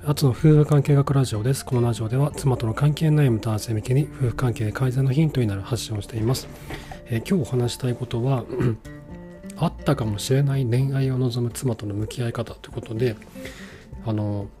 アツの夫婦関係学ラジオです。このラジオでは妻との関係悩む男性向けに夫婦関係改善のヒントになる発信をしています。今日お話したいことはあったかもしれない恋愛を望む妻との向き合い方ということで、不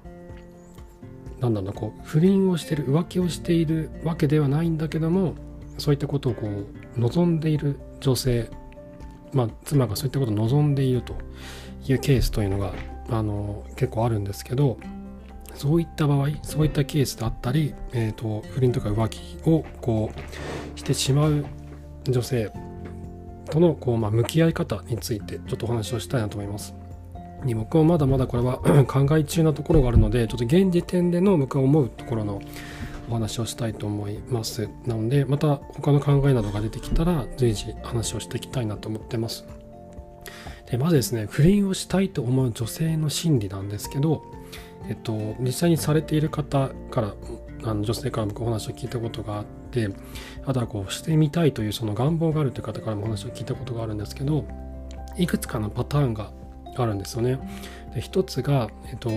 倫をしている、浮気をしているわけではないんだけども、そういったことを望んでいる女性、妻がそういったことを望んでいるというケースというのが結構あるんですけど、そういった場合、そういったケースであったり、不倫とか浮気をしてしまう女性との向き合い方についてちょっとお話をしたいなと思います。僕はまだまだこれは考え中なところがあるので、ちょっと現時点での僕が思うところのお話をしたいと思います。なのでまた他の考えなどが出てきたら随時話をしていきたいなと思ってます。でまずですね、不倫をしたいと思う女性の心理なんですけど、実際にされている方から女性から僕お話を聞いたことがあって、あとはしてみたいというその願望があるという方からもお話を聞いたことがあるんですけど、いくつかのパターンがあるんですよね。で一つが、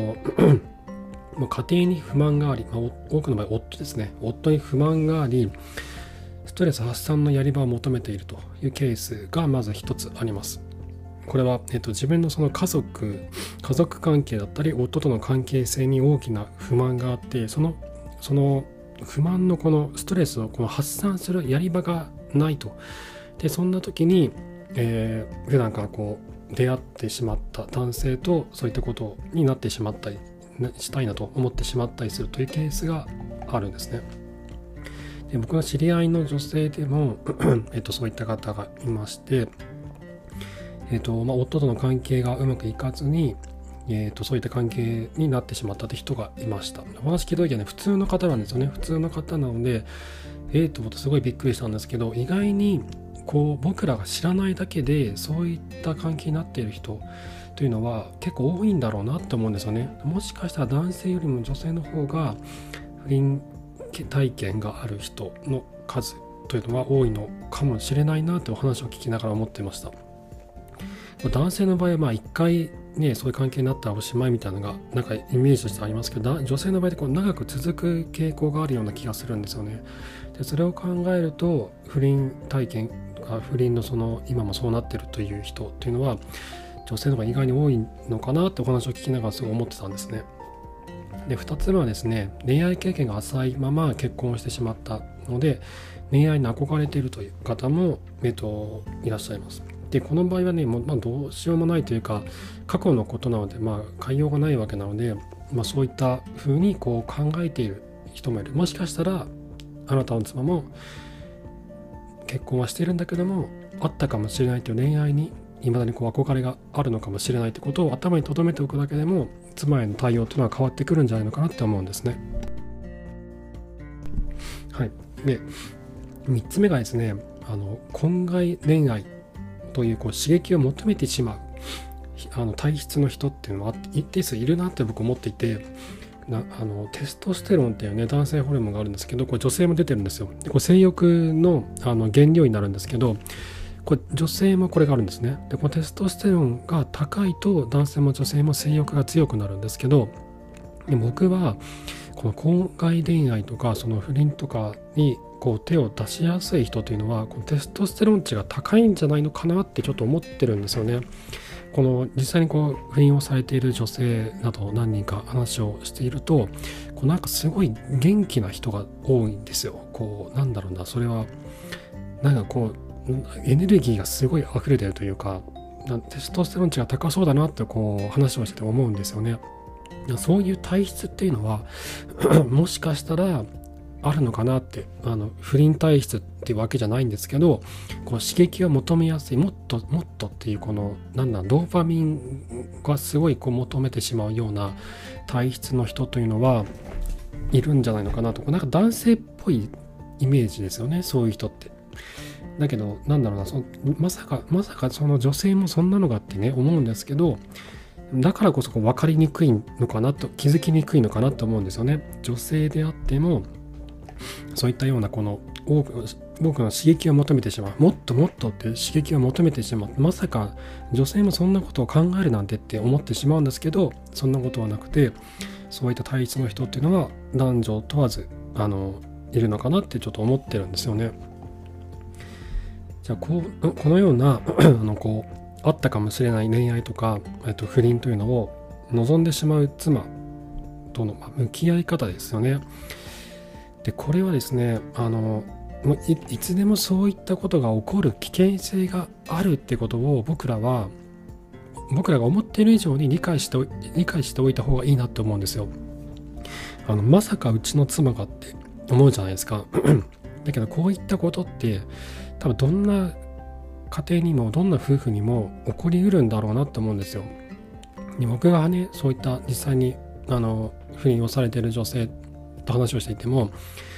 家庭に不満があり、多くの場合夫ですね、夫に不満がありストレス発散のやり場を求めているというケースがまず一つあります。これは、自分のその家族関係だったり夫との関係性に大きな不満があって、その不満のこのストレスを発散するやり場がないと。でそんな時に、普段から出会ってしまった男性とそういったことになってしまったりしたいなと思ってしまったりするというケースがあるんですね。で僕の知り合いの女性でもそういった方がいまして、夫との関係がうまくいかずに、そういった関係になってしまったという人がいました。お話聞いた時はね、普通の方なんですよね。普通の方なのでと思ってすごいびっくりしたんですけど、意外に僕らが知らないだけでそういった関係になっている人というのは結構多いんだろうなって思うんですよね。もしかしたら男性よりも女性の方が不倫体験がある人の数というのは多いのかもしれないなというお話を聞きながら思っていました。男性の場合は一回ね、そういう関係になったらおしまいみたいなのがなんかイメージとしてありますけど、女性の場合で長く続く傾向があるような気がするんですよね。でそれを考えると不倫体験とか不倫の今もそうなってるという人っていうのは女性の方が意外に多いのかなってお話を聞きながらすごい思ってたんですね。で2つ目はですね、恋愛経験が浅いまま結婚してしまったので恋愛に憧れているという方も、いらっしゃいます。でこの場合はね、どうしようもないというか過去のことなので変えようがないわけなので、そういった風に考えている人もいる。もしかしたらあなたの妻も結婚はしているんだけどもあったかもしれないという恋愛に未だに憧れがあるのかもしれないということを頭に留めておくだけでも妻への対応というのは変わってくるんじゃないのかなって思うんですね。はい。で3つ目がですね、婚外恋愛という刺激を求めてしまう体質の人っていうのは一定数いるなって僕思っていて、テストステロンっていうね、男性ホルモンがあるんですけど、これ女性も出てるんですよ。で性欲の原料になるんですけど、女性もこれがあるんですね。でテストステロンが高いと男性も女性も性欲が強くなるんですけど、で僕は婚外恋愛とか不倫とかに手を出しやすい人というのはテストステロン値が高いんじゃないのかなってちょっと思ってるんですよね。実際に不倫をされている女性など何人か話をしているとなんかすごい元気な人が多いんですよ。それはエネルギーがすごい溢れてるというか、テストステロン値が高そうだなって話をしてて思うんですよね。そういう体質っていうのはもしかしたらあるのかなって、不倫体質っていうわけじゃないんですけど、刺激を求めやすい、もっともっとっていうドーパミンがすごい求めてしまうような体質の人というのはいるんじゃないのかなと。男性っぽいイメージですよね、そういう人って。だけどまさかその女性もそんなのがってね思うんですけど、だからこそ分かりにくいのかなと、気づきにくいのかなと思うんですよね。女性であってもそういったような多くの刺激を求めてしまう、もっともっとって刺激を求めてしまう、まさか女性もそんなことを考えるなんてって思ってしまうんですけど、そんなことはなくて、 そういった体質の人っていうのは男女問わずいるのかなってちょっと思ってるんですよね。じゃあこのようなこうあったかもしれない恋愛とか、不倫というのを望んでしまう妻との向き合い方ですよね。でこれはですねもう いつでもそういったことが起こる危険性があるってことを僕らが思っている以上に理解しておいた方がいいなって思うんですよ。まさかうちの妻がって思うじゃないですかだけどこういったことって多分どんな家庭にもどんな夫婦にも起こりうるんだろうなって思うんですよ。で僕がねそういった実際に不倫をされている女性と話をしていても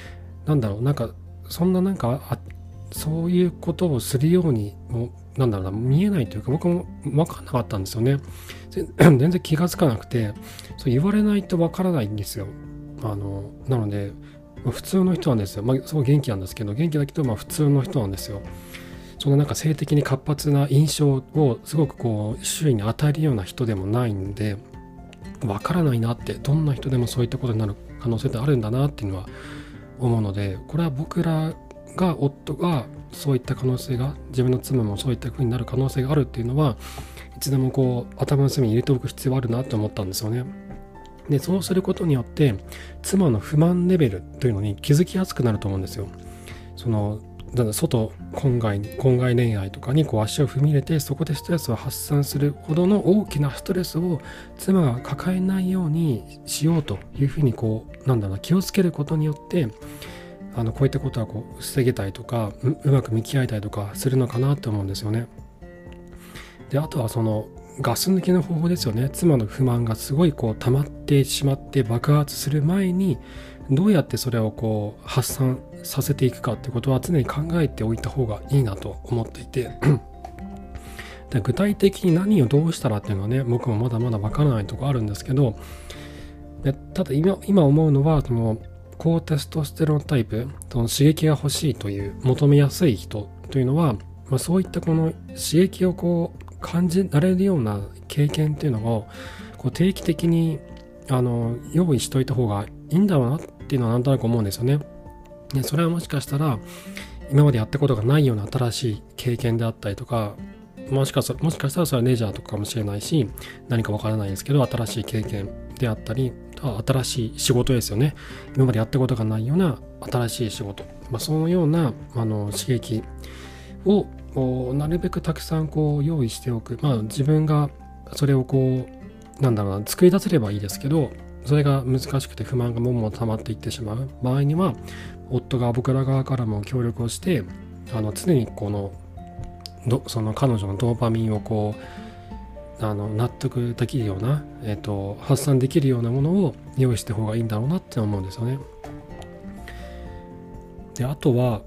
そういうことをするようにも見えないというか僕も分からなかったんですよね。全然気がつかなくてそう言われないと分からないんですよ。なので普通の人なんですよ。すごい元気なんですけど元気だけど普通の人なんですよ。その性的に活発な印象をすごくこう周囲に与えるような人でもないんで分からないなって、どんな人でもそういったことになる可能性ってあるんだなっていうのは思うので、これは僕らが夫がそういった可能性が自分の妻もそういった風になる可能性があるっていうのはいつでもこう頭の隅に入れておく必要があるなと思ったんですよね。でそうすることによって妻の不満レベルというのに気づきやすくなると思うんですよ。婚外恋愛とかにこう足を踏み入れてそこでストレスを発散するほどの大きなストレスを妻が抱えないようにしようというふうに気をつけることによってこういったことは防げたりとかうまく向き合えたりとかするのかなと思うんですよね。であとはガス抜きの方法ですよね。妻の不満がすごい溜まってしまって爆発する前にどうやってそれを発散させていくかってことは常に考えておいた方がいいなと思っていてで具体的に何をどうしたらっていうのはね僕もまだまだわからないところあるんですけど、ただ今思うのは高テストステロンタイプ刺激が欲しいという求めやすい人というのは、そういったこの刺激を感じられるような経験っていうのを定期的に用意しといた方がいいんだろうなっていうのはなんとなく思うんですよね。でそれはもしかしたら今までやったことがないような新しい経験であったりとか、もしかしたらそれはレジャーとかかもしれないし何かわからないですけど新しい経験であったり新しい仕事ですよね。今までやったことがないような新しい仕事、そのような刺激をなるべくたくさん用意しておく。自分がそれを作り出せればいいですけど、それが難しくて不満がもんも溜まっていってしまう場合には夫が僕ら側からも協力をして常にその彼女のドーパミンを納得できるような、発散できるようなものを用意して方がいいんだろうなって思うんですよね。であとは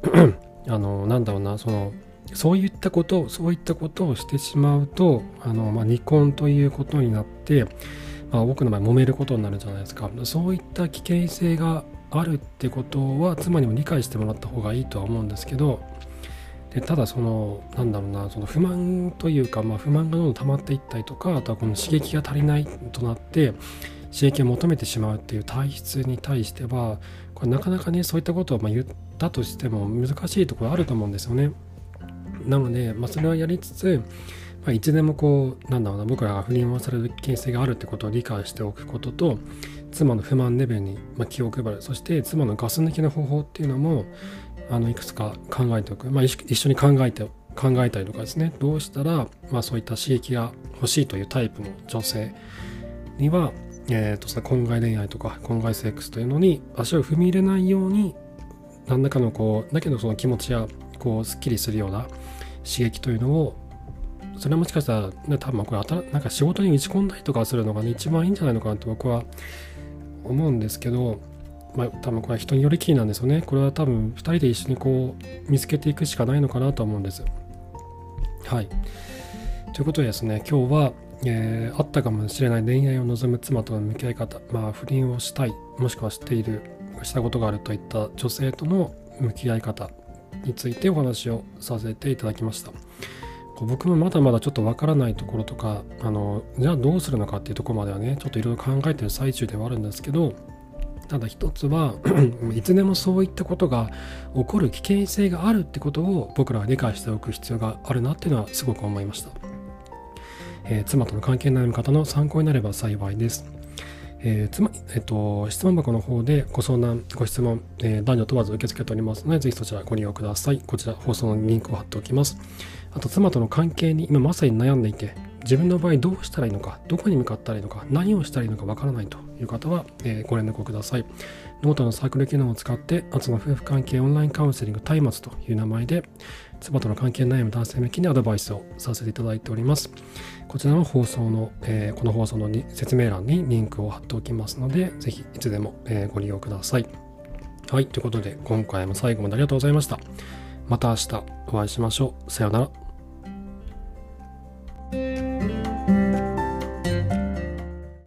そういったことをしてしまうと離婚ということになって僕の場合揉めることになるじゃないですか。そういった危険性があるってことは妻にも理解してもらった方がいいとは思うんですけど、でただその不満というか、不満がどんどん溜まっていったりとか、あとはこの刺激が足りないとなって刺激を求めてしまうっていう体質に対してはこれなかなかねそういったことを言ったとしても難しいところあると思うんですよね。なので、それはやりつついつでも僕らが不倫をされる危険性があるってことを理解しておくことと、妻の不満レベルに気を配る、そして妻のガス抜きの方法っていうのもいくつか考えておく、一緒に考えたりとかですね、どうしたらそういった刺激が欲しいというタイプの女性には婚外恋愛とか婚外セックスというのに足を踏み入れないように何らかのだけどその気持ちやすっきりするような刺激というのを、それはもしかしたら、多分これ仕事に打ち込んだりとかするのが、一番いいんじゃないのかなと僕は思うんですけど、多分これは人によりきりなんですよね。これは多分2人で一緒に見つけていくしかないのかなと思うんです。はい。ということでですね、今日は、あったかもしれない恋愛を望む妻との向き合い方、不倫をしたい、もしくはしたことがあるといった女性との向き合い方についてお話をさせていただきました。 僕もまだまだちょっとわからないところとか、じゃあどうするのかっていうところまではね、ちょっといろいろ考えてる最中ではあるんですけど、ただ一つはいつでもそういったことが起こる危険性があるってことを僕らは理解しておく必要があるなっていうのはすごく思いました。妻との関係に悩む方の参考になれば幸いです。質問箱の方でご相談、ご質問、男女問わず受け付けておりますので、ぜひそちらご利用ください。こちら放送のリンクを貼っておきます。あと、妻との関係に今まさに悩んでいて、自分の場合どうしたらいいのか、どこに向かったらいいのか、何をしたらいいのかわからないという方は、ご連絡をください。ノートのサークル機能を使って、妻夫婦関係オンラインカウンセリング松明という名前で、妻との関係に悩む男性向けにアドバイスをさせていただいております。こちらの放送の、この放送の説明欄にリンクを貼っておきますので、ぜひいつでも、ご利用ください。はい、ということで今回も最後までありがとうございました。また明日お会いしましょう。さようなら。